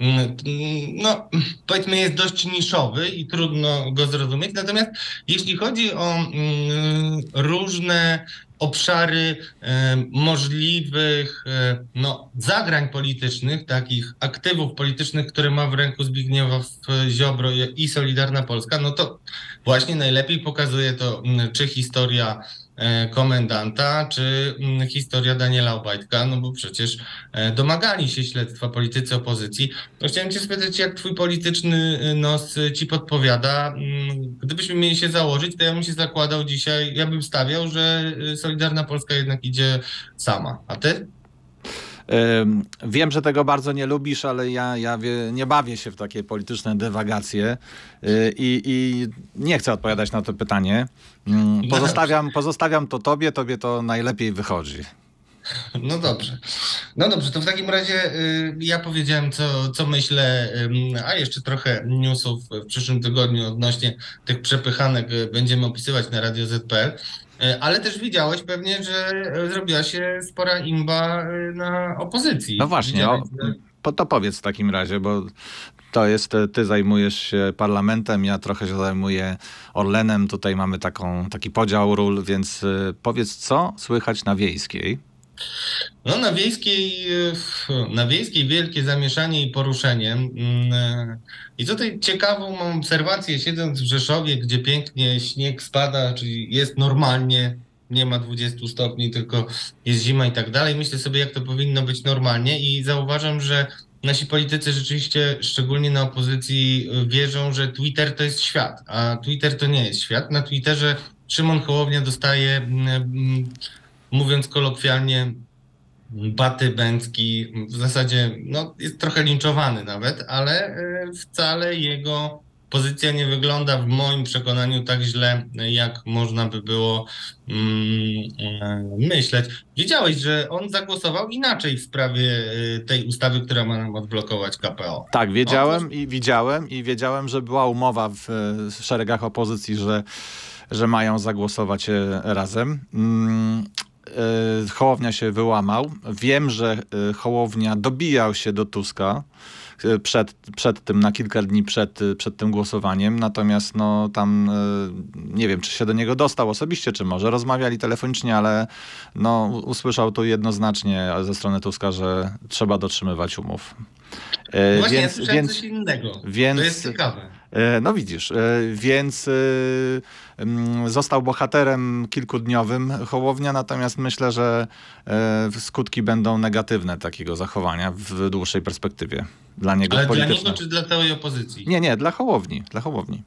Speaker 3: no, powiedzmy jest dość niszowy i trudno go zrozumieć. Natomiast jeśli chodzi o różne obszary możliwych zagrań politycznych, takich aktywów politycznych, które ma w ręku Zbigniew Ziobro i Solidarna Polska, no to właśnie najlepiej pokazuje to, czy historia komendanta, czy historia Daniela Obajtka, no bo przecież domagali się śledztwa politycy opozycji. No chciałem cię spytać, jak twój polityczny nos ci podpowiada. Gdybyśmy mieli się założyć, to ja bym się zakładał dzisiaj, ja bym stawiał, że Solidarna Polska jednak idzie sama. A ty?
Speaker 2: Wiem, że tego bardzo nie lubisz, ale ja nie bawię się w takie polityczne dywagacje i nie chcę odpowiadać na to pytanie. Pozostawiam to tobie to najlepiej wychodzi.
Speaker 3: No dobrze. No dobrze, to w takim razie ja powiedziałem, co myślę, a jeszcze trochę newsów w przyszłym tygodniu odnośnie tych przepychanek będziemy opisywać na Radio Z.pl. Ale też widziałeś pewnie, że zrobiła się spora imba na opozycji.
Speaker 2: No właśnie, to powiedz w takim razie, bo to jest, ty zajmujesz się parlamentem, ja trochę się zajmuję Orlenem, tutaj mamy taki podział ról, więc powiedz, co słychać na Wiejskiej?
Speaker 3: No na Wiejskiej wielkie zamieszanie i poruszenie. I tutaj ciekawą mam obserwację, siedząc w Rzeszowie, gdzie pięknie śnieg spada, czyli jest normalnie, nie ma 20 stopni, tylko jest zima i tak dalej. Myślę sobie, jak to powinno być normalnie i zauważam, że nasi politycy rzeczywiście, szczególnie na opozycji, wierzą, że Twitter to jest świat, a Twitter to nie jest świat. Na Twitterze Szymon Hołownia dostaje, mówiąc kolokwialnie, baty bęcki, w zasadzie no, jest trochę linczowany nawet, ale wcale jego pozycja nie wygląda w moim przekonaniu tak źle, jak można by było myśleć. Wiedziałeś, że on zagłosował inaczej w sprawie tej ustawy, która ma nam odblokować KPO.
Speaker 2: Tak, wiedziałem, że była umowa w szeregach opozycji, że mają zagłosować razem. Hołownia się wyłamał. Wiem, że Hołownia dobijał się do Tuska przed tym, na kilka dni przed tym głosowaniem, natomiast no tam nie wiem, czy się do niego dostał osobiście, czy może rozmawiali telefonicznie, ale no usłyszał to jednoznacznie ze strony Tuska, że trzeba dotrzymywać umów.
Speaker 3: Właśnie ja słyszałem coś innego. To jest ciekawe.
Speaker 2: No widzisz, więc został bohaterem kilkudniowym Hołownia, natomiast myślę, że skutki będą negatywne takiego zachowania w dłuższej perspektywie. Dla niego
Speaker 3: ale
Speaker 2: polityczne.
Speaker 3: dla niego czy dla całej opozycji?
Speaker 2: Nie, dla Hołowni.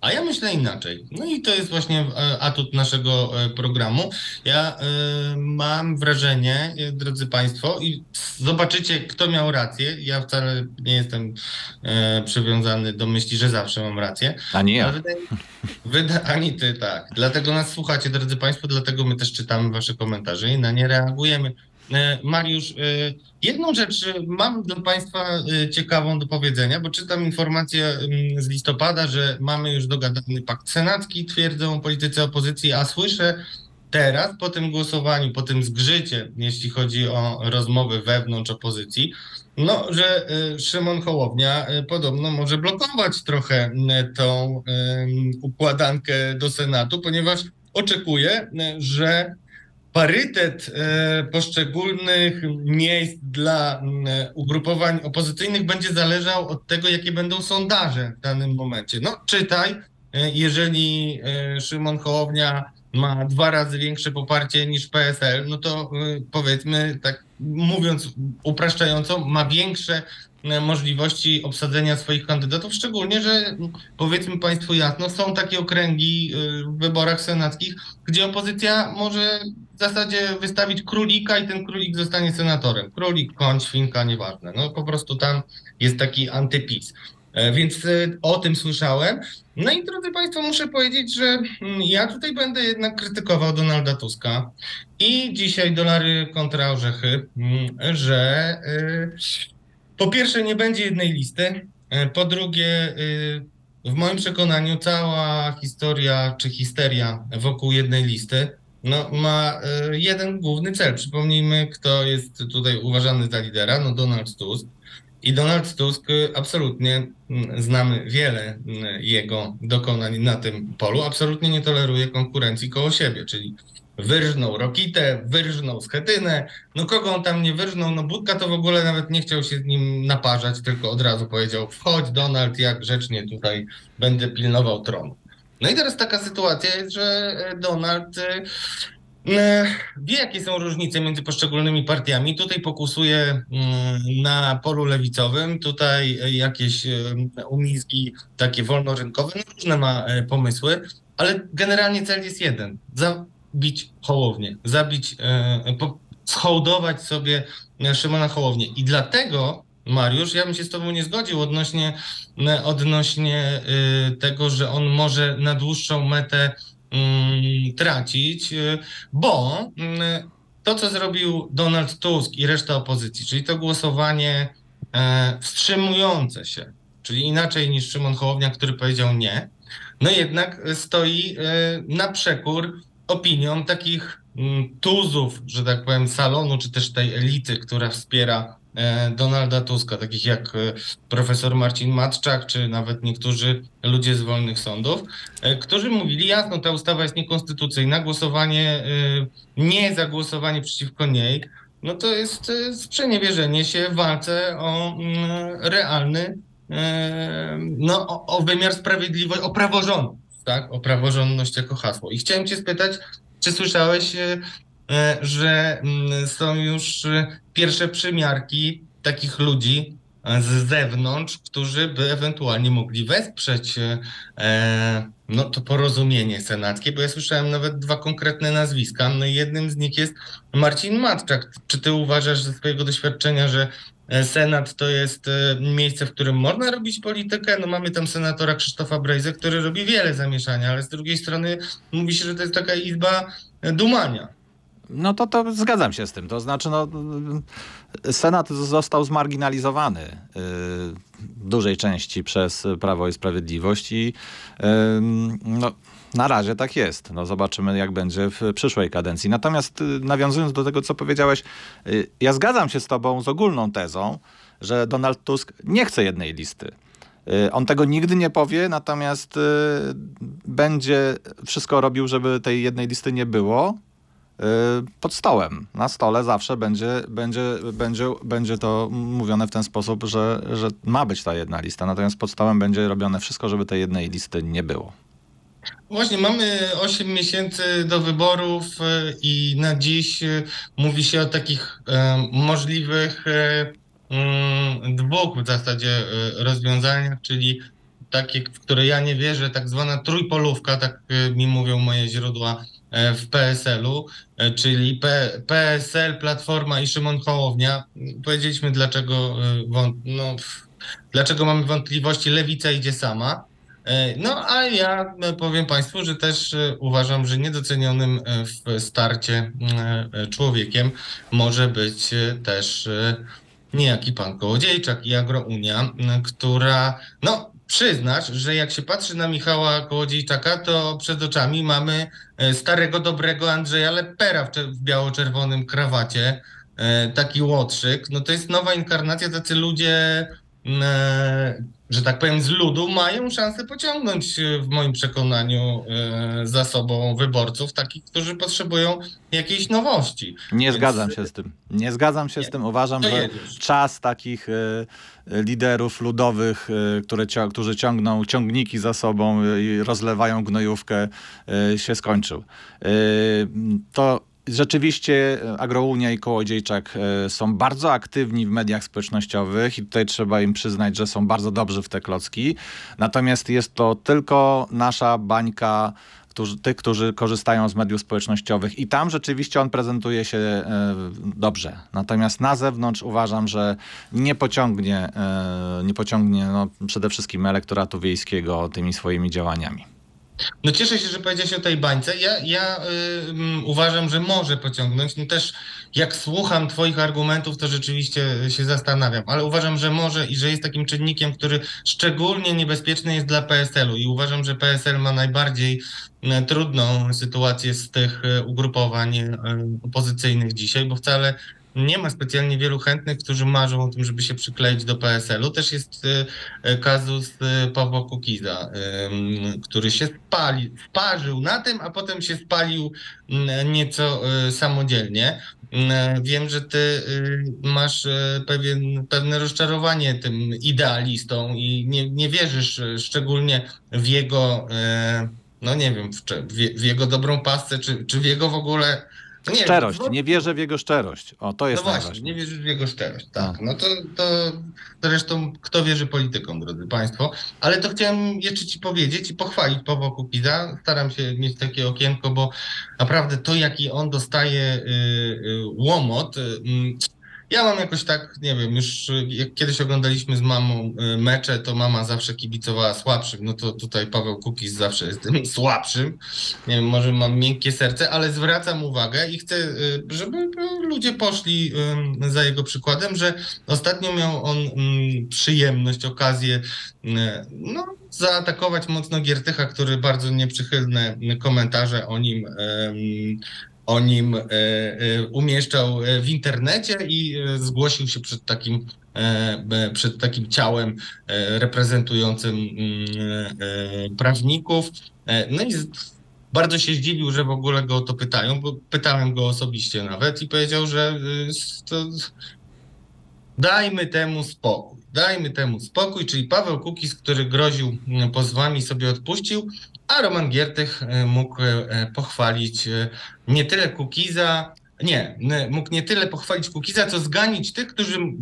Speaker 3: A ja myślę inaczej. No i to jest właśnie atut naszego programu. Ja mam wrażenie, drodzy Państwo, i zobaczycie, kto miał rację. Ja wcale nie jestem przywiązany do myśli, że zawsze mam rację.
Speaker 2: A nie ja.
Speaker 3: Ale ani ty, tak. Dlatego nas słuchacie, drodzy Państwo, dlatego my też czytamy Wasze komentarze i na nie reagujemy. Mariusz, jedną rzecz mam dla Państwa ciekawą do powiedzenia, bo czytam informację z listopada, że mamy już dogadany pakt senacki, twierdzą politycy opozycji, a słyszę teraz po tym głosowaniu, po tym zgrzycie, jeśli chodzi o rozmowy wewnątrz opozycji, no, że Szymon Hołownia podobno może blokować trochę tą układankę do Senatu, ponieważ oczekuje, że parytet poszczególnych miejsc dla ugrupowań opozycyjnych będzie zależał od tego, jakie będą sondaże w danym momencie. No, czytaj, jeżeli Szymon Hołownia ma 2 razy większe poparcie niż PSL, no to powiedzmy, tak mówiąc upraszczająco, ma większe możliwości obsadzenia swoich kandydatów, szczególnie, że powiedzmy Państwu jasno, są takie okręgi w wyborach senackich, gdzie opozycja może w zasadzie wystawić królika i ten królik zostanie senatorem. Królik, koń, świnka, nieważne. No po prostu tam jest taki antypis. Więc o tym słyszałem. No i drodzy Państwo, muszę powiedzieć, że ja tutaj będę jednak krytykował Donalda Tuska i dzisiaj dolary kontra orzechy, że po pierwsze nie będzie jednej listy, po drugie w moim przekonaniu cała historia czy histeria wokół jednej listy no, ma jeden główny cel. Przypomnijmy, kto jest tutaj uważany za lidera, no Donald Tusk. I Donald Tusk absolutnie, znamy wiele jego dokonań na tym polu, absolutnie nie toleruje konkurencji koło siebie, czyli wyrżnął Rokitę, wyrżnął Schetynę, no kogo on tam nie wyrżnął, no Budka to w ogóle nawet nie chciał się z nim naparzać, tylko od razu powiedział, wchodź Donald, ja grzecznie tutaj będę pilnował tronu. No i teraz taka sytuacja jest, że Donald wie, jakie są różnice między poszczególnymi partiami. Tutaj pokusuje na polu lewicowym, tutaj jakieś umizgi takie wolnorynkowe, no różne ma pomysły, ale generalnie cel jest jeden. Zabić Hołownię, schołdować sobie Szymona Hołownię. I dlatego, Mariusz, ja bym się z tobą nie zgodził odnośnie tego, że on może na dłuższą metę tracić, bo to, co zrobił Donald Tusk i reszta opozycji, czyli to głosowanie wstrzymujące się, czyli inaczej niż Szymon Hołownia, który powiedział nie, no jednak stoi na przekór opiniom takich tuzów, że tak powiem, salonu, czy też tej elity, która wspiera Donalda Tuska, takich jak profesor Marcin Matczak, czy nawet niektórzy ludzie z wolnych sądów, którzy mówili jasno, ta ustawa jest niekonstytucyjna, nie zagłosowanie przeciwko niej, no to jest sprzeniewierzenie się w walce o realny, no o wymiar sprawiedliwości, o praworządność, tak, o praworządność jako hasło. I chciałem cię spytać, czy słyszałeś, że są już pierwsze przymiarki takich ludzi z zewnątrz, którzy by ewentualnie mogli wesprzeć no, to porozumienie senackie, bo ja słyszałem nawet 2 konkretne nazwiska. No i jednym z nich jest Marcin Matczak. Czy ty uważasz ze swojego doświadczenia, że Senat to jest miejsce, w którym można robić politykę? No mamy tam senatora Krzysztofa Brejzę, który robi wiele zamieszania, ale z drugiej strony mówi się, że to jest taka izba dumania.
Speaker 2: No to zgadzam się z tym. To znaczy, no, Senat został zmarginalizowany w dużej części przez Prawo i Sprawiedliwość i no, na razie tak jest. No, zobaczymy, jak będzie w przyszłej kadencji. Natomiast nawiązując do tego, co powiedziałeś, ja zgadzam się z tobą z ogólną tezą, że Donald Tusk nie chce jednej listy. On tego nigdy nie powie, natomiast będzie wszystko robił, żeby tej jednej listy nie było. Pod stołem. Na stole zawsze będzie to mówione w ten sposób, że ma być ta jedna lista, natomiast pod stołem będzie robione wszystko, żeby tej jednej listy nie było.
Speaker 3: Właśnie, mamy 8 miesięcy do wyborów i na dziś mówi się o takich możliwych 2 w zasadzie rozwiązaniach, czyli takie, w które ja nie wierzę, tak zwana trójpolówka, tak mi mówią moje źródła w PSL-u, czyli PSL, Platforma i Szymon Hołownia. Powiedzieliśmy, dlaczego mamy wątpliwości, Lewica idzie sama. No a ja powiem Państwu, że też uważam, że niedocenionym w starcie człowiekiem może być też niejaki pan Kołodziejczak i Agrounia, która, no przyznasz, że jak się patrzy na Michała Kołodziejczaka, to przed oczami mamy starego, dobrego Andrzeja Leppera w biało-czerwonym krawacie, taki łotrzyk. No to jest nowa inkarnacja, tacy ludzie, że tak powiem, z ludu mają szansę pociągnąć w moim przekonaniu za sobą wyborców, takich, którzy potrzebują jakiejś nowości.
Speaker 2: Nie zgadzam się z tym. Nie zgadzam się z tym. Uważam,
Speaker 3: To
Speaker 2: że
Speaker 3: jedziesz.
Speaker 2: czas takich liderów ludowych, którzy ciągną ciągniki za sobą i rozlewają gnojówkę, się skończył. To rzeczywiście Agrounia i Kołodziejczak są bardzo aktywni w mediach społecznościowych i tutaj trzeba im przyznać, że są bardzo dobrzy w te klocki. Natomiast jest to tylko nasza bańka tych, którzy korzystają z mediów społecznościowych i tam rzeczywiście on prezentuje się dobrze. Natomiast na zewnątrz uważam, że nie pociągnie no, przede wszystkim elektoratu wiejskiego tymi swoimi działaniami.
Speaker 3: No cieszę się, że powiedziałeś o tej bańce. Ja uważam, że może pociągnąć. No też jak słucham twoich argumentów, to rzeczywiście się zastanawiam, ale uważam, że może i że jest takim czynnikiem, który szczególnie niebezpieczny jest dla PSL-u i uważam, że PSL ma najbardziej trudną sytuację z tych ugrupowań opozycyjnych dzisiaj, bo wcale nie ma specjalnie wielu chętnych, którzy marzą o tym, żeby się przykleić do PSL-u. Też jest kazus Pawła Kukiza, który się sparzył na tym, a potem się spalił nieco samodzielnie. Wiem, że ty masz pewne rozczarowanie tym idealistą i nie wierzysz szczególnie w jego, no nie wiem, w jego dobrą pasę, czy w jego w ogóle... Nie,
Speaker 2: Szczerość. Nie wierzę w jego szczerość. O, to jest
Speaker 3: no właśnie,
Speaker 2: najważniejsze.
Speaker 3: nie wierzysz w jego szczerość, tak. No to zresztą kto wierzy politykom, drodzy Państwo. Ale to chciałem jeszcze Ci powiedzieć i pochwalić Pawła Kukiza. Staram się mieć takie okienko, bo naprawdę to, jaki on dostaje łomot... Ja mam jakoś tak, nie wiem, już jak kiedyś oglądaliśmy z mamą mecze, to mama zawsze kibicowała słabszym, no to tutaj Paweł Kukiz zawsze jest tym słabszym. Nie wiem, może mam miękkie serce, ale zwracam uwagę i chcę, żeby ludzie poszli za jego przykładem, że ostatnio miał on przyjemność, okazję, no, zaatakować mocno Giertycha, który bardzo nieprzychylne komentarze o nim umieszczał w internecie i zgłosił się przed takim ciałem reprezentującym prawników. No i bardzo się zdziwił, że w ogóle go o to pytają, bo pytałem go osobiście nawet i powiedział, że dajmy temu spokój, czyli Paweł Kukiz, który groził pozwami, sobie odpuścił, a Roman Giertych mógł pochwalić nie tyle Kukiza, mógł nie tyle pochwalić Kukiza, co zganić tych, którym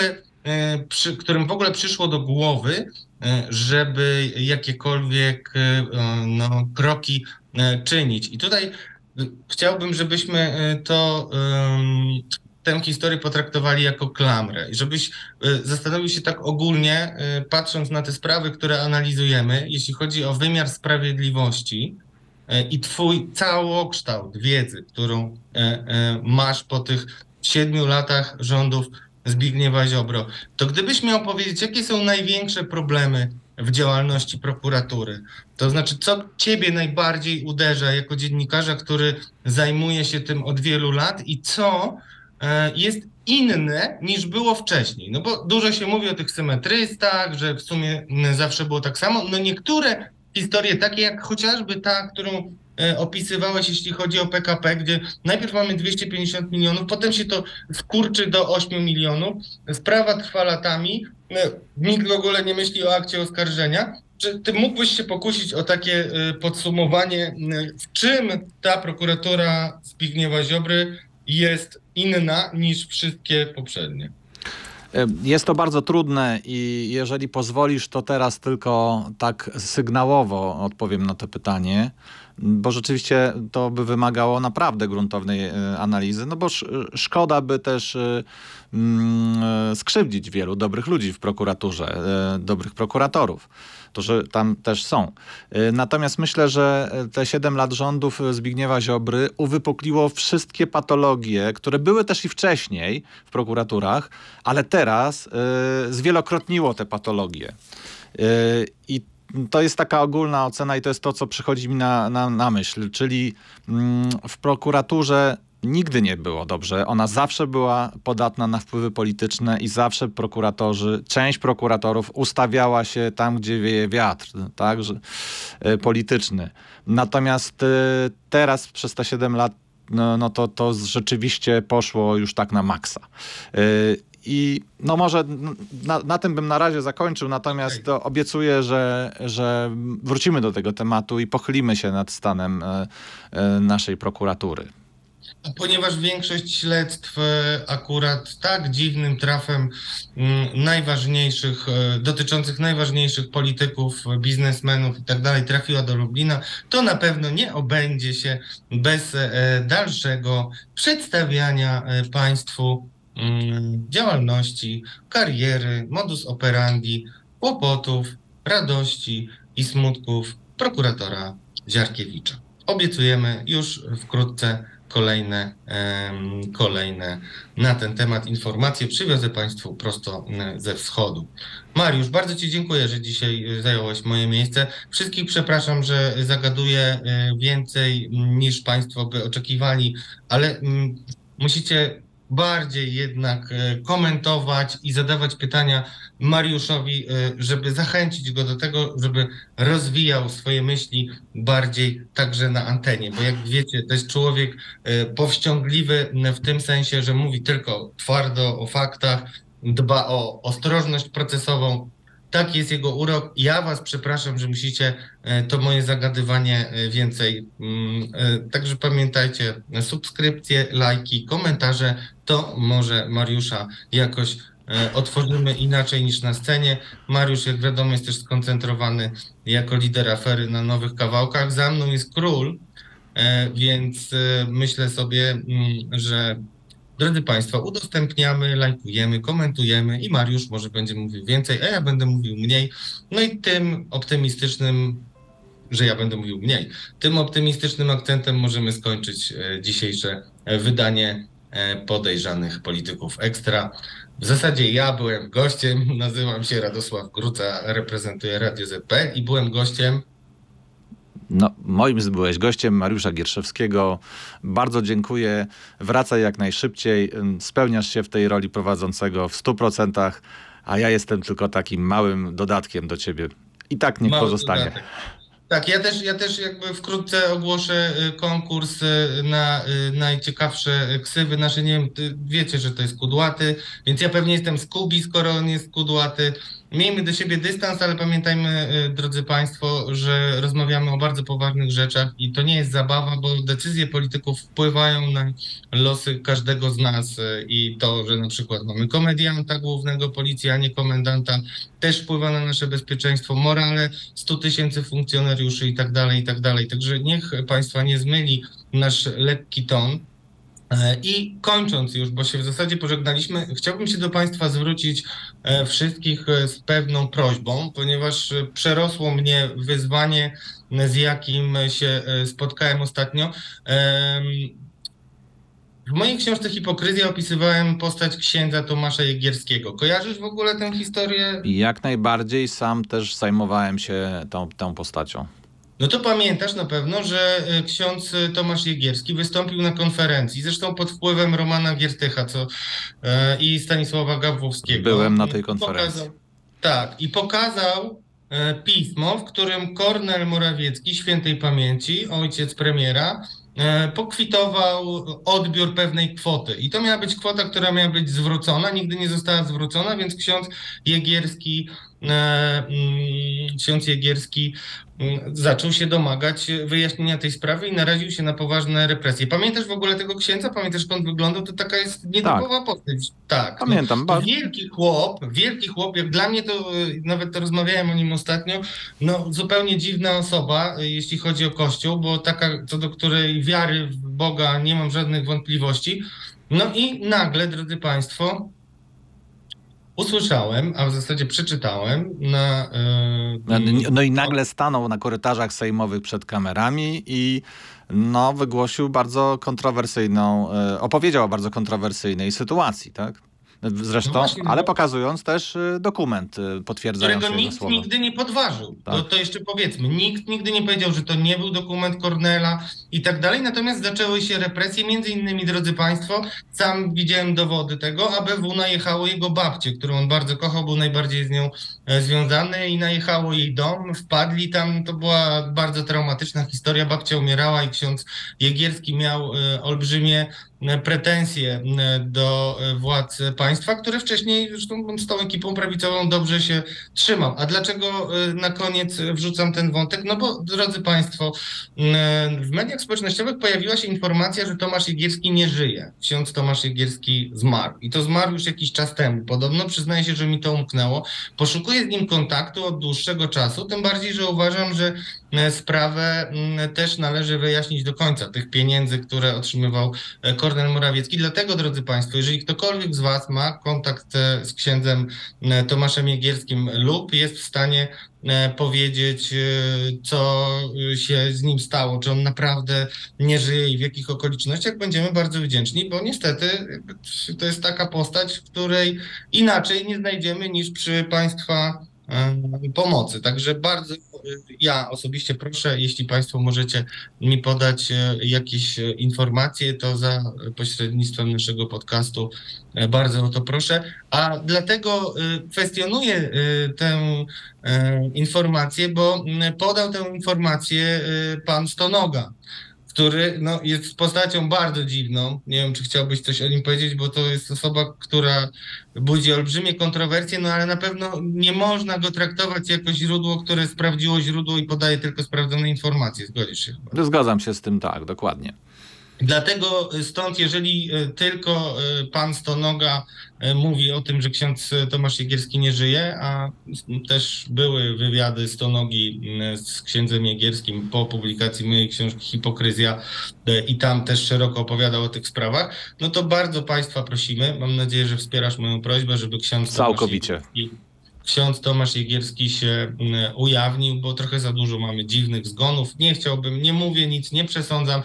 Speaker 3: w ogóle przyszło do głowy, żeby jakiekolwiek kroki czynić. I tutaj chciałbym, żebyśmy tę historię potraktowali jako klamrę i żebyś zastanowił się tak ogólnie, patrząc na te sprawy, które analizujemy, jeśli chodzi o wymiar sprawiedliwości i twój całokształt wiedzy, którą masz po tych 7 latach rządów Zbigniewa Ziobro, to gdybyś miał powiedzieć, jakie są największe problemy w działalności prokuratury, to znaczy, co ciebie najbardziej uderza jako dziennikarza, który zajmuje się tym od wielu lat i co jest inne niż było wcześniej. No bo dużo się mówi o tych symetrystach, że w sumie zawsze było tak samo. No niektóre historie, takie jak chociażby ta, którą opisywałeś, jeśli chodzi o PKP, gdzie najpierw mamy 250 milionów, potem się to skurczy do 8 milionów. Sprawa trwa latami. Nikt w ogóle nie myśli o akcie oskarżenia. Czy ty mógłbyś się pokusić o takie podsumowanie, w czym ta prokuratura Zbigniewa Ziobry jest inna niż wszystkie poprzednie?
Speaker 2: Jest to bardzo trudne i jeżeli pozwolisz, to teraz tylko tak sygnałowo odpowiem na to pytanie, bo rzeczywiście to by wymagało naprawdę gruntownej analizy, no bo szkoda by też skrzywdzić wielu dobrych ludzi w prokuraturze, dobrych prokuratorów, którzy tam też są. Natomiast myślę, że te 7 lat rządów Zbigniewa Ziobry uwypukliło wszystkie patologie, które były też i wcześniej w prokuraturach, ale teraz zwielokrotniło te patologie. I to jest taka ogólna ocena i to jest to, co przychodzi mi na myśl, czyli w prokuraturze nigdy nie było dobrze. Ona zawsze była podatna na wpływy polityczne i zawsze część prokuratorów ustawiała się tam, gdzie wieje wiatr, tak, że, polityczny. Natomiast teraz przez te 7 lat no to rzeczywiście poszło już tak na maksa. I no może na tym bym na razie zakończył, natomiast obiecuję, że wrócimy do tego tematu i pochylimy się nad stanem naszej prokuratury.
Speaker 3: Ponieważ większość śledztw akurat tak dziwnym trafem dotyczących najważniejszych polityków, biznesmenów i tak dalej trafiła do Lublina, to na pewno nie obędzie się bez dalszego przedstawiania państwu działalności, kariery, modus operandi, kłopotów, radości i smutków prokuratora Ziarkiewicza. Obiecujemy już wkrótce kolejne na ten temat informacje przywiozę Państwu prosto ze wschodu. Mariusz, bardzo Ci dziękuję, że dzisiaj zająłeś moje miejsce. Wszystkich przepraszam, że zagaduję więcej niż Państwo by oczekiwali, ale musicie bardziej jednak komentować i zadawać pytania Mariuszowi, żeby zachęcić go do tego, żeby rozwijał swoje myśli bardziej także na antenie, bo jak wiecie, to jest człowiek powściągliwy w tym sensie, że mówi tylko twardo o faktach, dba o ostrożność procesową. Tak jest jego urok. Ja Was przepraszam, że musicie to moje zagadywanie więcej. Także pamiętajcie, subskrypcje, lajki, komentarze, to może Mariusza jakoś otworzymy inaczej niż na scenie. Mariusz, jak wiadomo, jest też skoncentrowany jako lider afery na nowych kawałkach. Za mną jest król, więc myślę sobie, że drodzy Państwo, udostępniamy, lajkujemy, komentujemy i Mariusz może będzie mówił więcej, a ja będę mówił mniej. No i tym optymistycznym, że ja będę mówił mniej, tym optymistycznym akcentem możemy skończyć dzisiejsze wydanie Podejrzanych Polityków Ekstra. W zasadzie ja byłem gościem, nazywam się Radosław Gruca, reprezentuję Radio ZP i byłem gościem.
Speaker 2: No, byłeś gościem Mariusza Gierszewskiego. Bardzo dziękuję. Wracaj jak najszybciej. Spełniasz się w tej roli prowadzącego w 100%, a ja jestem tylko takim małym dodatkiem do ciebie. I tak niech pozostanie. Dodatek.
Speaker 3: Tak, ja też jakby wkrótce ogłoszę konkurs na najciekawsze ksywy nasze. Nie wiem, wiecie, że to jest Kudłaty, więc ja pewnie jestem z Kubi, skoro on jest Kudłaty. Miejmy do siebie dystans, ale pamiętajmy, drodzy Państwo, że rozmawiamy o bardzo poważnych rzeczach i to nie jest zabawa, bo decyzje polityków wpływają na losy każdego z nas i to, że na przykład mamy komedianta głównego policji, a nie komendanta, też wpływa na nasze bezpieczeństwo, morale 100 000 funkcjonariuszy i tak dalej, i tak dalej. Także niech Państwa nie zmyli nasz lekki ton. I kończąc już, bo się w zasadzie pożegnaliśmy, chciałbym się do Państwa zwrócić wszystkich z pewną prośbą, ponieważ przerosło mnie wyzwanie, z jakim się spotkałem ostatnio. W mojej książce Hipokryzja opisywałem postać księdza Tomasza Jegierskiego. Kojarzysz w ogóle tę historię?
Speaker 2: Jak najbardziej, sam też zajmowałem się tą postacią.
Speaker 3: No to pamiętasz na pewno, że ksiądz Tomasz Jegierski wystąpił na konferencji, zresztą pod wpływem Romana Giertycha i Stanisława Gawłowskiego.
Speaker 2: Byłem na tej konferencji.
Speaker 3: I pokazał pismo, w którym Kornel Morawiecki, świętej pamięci, ojciec premiera, pokwitował odbiór pewnej kwoty. I to miała być kwota, która miała być zwrócona, nigdy nie została zwrócona, więc ksiądz Jegierski ksiądz Jegierski zaczął się domagać wyjaśnienia tej sprawy i naraził się na poważne represje. Pamiętasz w ogóle tego księdza? Pamiętasz, skąd on wyglądał? To taka jest nietypowa postać. Tak.
Speaker 2: Pamiętam.
Speaker 3: No, wielki chłop, jak dla mnie to, nawet to rozmawiałem o nim ostatnio, no zupełnie dziwna osoba, jeśli chodzi o Kościół, bo taka, co do której wiary w Boga nie mam żadnych wątpliwości. No i nagle, drodzy Państwo, usłyszałem, a w zasadzie przeczytałem
Speaker 2: No i nagle stanął na korytarzach sejmowych przed kamerami i wygłosił bardzo kontrowersyjną, opowiedział o bardzo kontrowersyjnej sytuacji, tak? Zresztą,
Speaker 3: właśnie,
Speaker 2: ale pokazując też dokument potwierdzający
Speaker 3: którego
Speaker 2: jego
Speaker 3: nikt
Speaker 2: słowa.
Speaker 3: nigdy nie podważył.
Speaker 2: Tak.
Speaker 3: To jeszcze powiedzmy, nikt nigdy nie powiedział, że to nie był dokument Kornela i tak dalej, natomiast zaczęły się represje, między innymi, drodzy Państwo, sam widziałem dowody tego, ABW najechało jego babcię, którą on bardzo kochał, był najbardziej z nią związany i najechało jej dom, wpadli tam, to była bardzo traumatyczna historia, babcia umierała i ksiądz Jegierski miał olbrzymie pretensje do władz państwa, które wcześniej, zresztą z tą ekipą prawicową dobrze się trzymał. A dlaczego na koniec wrzucam ten wątek? No bo, drodzy Państwo, w mediach społecznościowych pojawiła się informacja, że Tomasz Jegierski nie żyje. Ksiądz Tomasz Jegierski zmarł. I to zmarł już jakiś czas temu. Podobno, przyznaję się, że mi to umknęło. Poszukuję z nim kontaktu od dłuższego czasu, tym bardziej, że uważam, że sprawę też należy wyjaśnić do końca, tych pieniędzy, które otrzymywał Kornel Morawiecki. Dlatego, drodzy Państwo, jeżeli ktokolwiek z Was ma kontakt z księdzem Tomaszem Jegierskim lub jest w stanie powiedzieć, co się z nim stało, czy on naprawdę nie żyje i w jakich okolicznościach, będziemy bardzo wdzięczni, bo niestety to jest taka postać, w której inaczej nie znajdziemy niż przy Państwa pomocy. Także bardzo ja osobiście proszę, jeśli Państwo możecie mi podać jakieś informacje, to za pośrednictwem naszego podcastu bardzo o to proszę. A dlatego kwestionuję tę informację, bo podał tę informację pan Stonoga, który jest postacią bardzo dziwną. Nie wiem, czy chciałbyś coś o nim powiedzieć, bo to jest osoba, która budzi olbrzymie kontrowersje, ale na pewno nie można go traktować jako źródło, które sprawdziło źródło i podaje tylko sprawdzone informacje. Zgodzisz się chyba?
Speaker 2: Zgadzam się z tym, tak, dokładnie.
Speaker 3: Dlatego stąd, jeżeli tylko pan Stonoga mówi o tym, że ksiądz Tomasz Jegierski nie żyje, a też były wywiady Stonogi z księdzem Jegierskim po publikacji mojej książki Hipokryzja i tam też szeroko opowiadał o tych sprawach, no to bardzo Państwa prosimy, mam nadzieję, że wspierasz moją prośbę, żeby ksiądz Tomasz Jegierski się ujawnił, bo trochę za dużo mamy dziwnych zgonów. Nie chciałbym, nie mówię nic, nie przesądzam.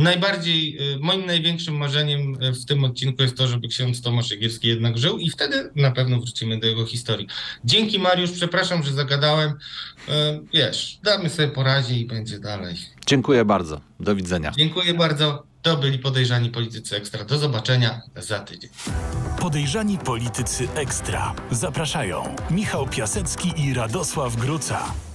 Speaker 3: Moim największym marzeniem w tym odcinku jest to, żeby ksiądz Tomasz Jegierski jednak żył i wtedy na pewno wrócimy do jego historii. Dzięki, Mariusz, przepraszam, że zagadałem. Damy sobie po razie i będzie dalej.
Speaker 2: Dziękuję bardzo. Do widzenia.
Speaker 3: Dziękuję bardzo. To byli Podejrzani Politycy Ekstra. Do zobaczenia za tydzień.
Speaker 1: Podejrzani Politycy Ekstra. Zapraszają Michał Piasecki i Radosław Gruca.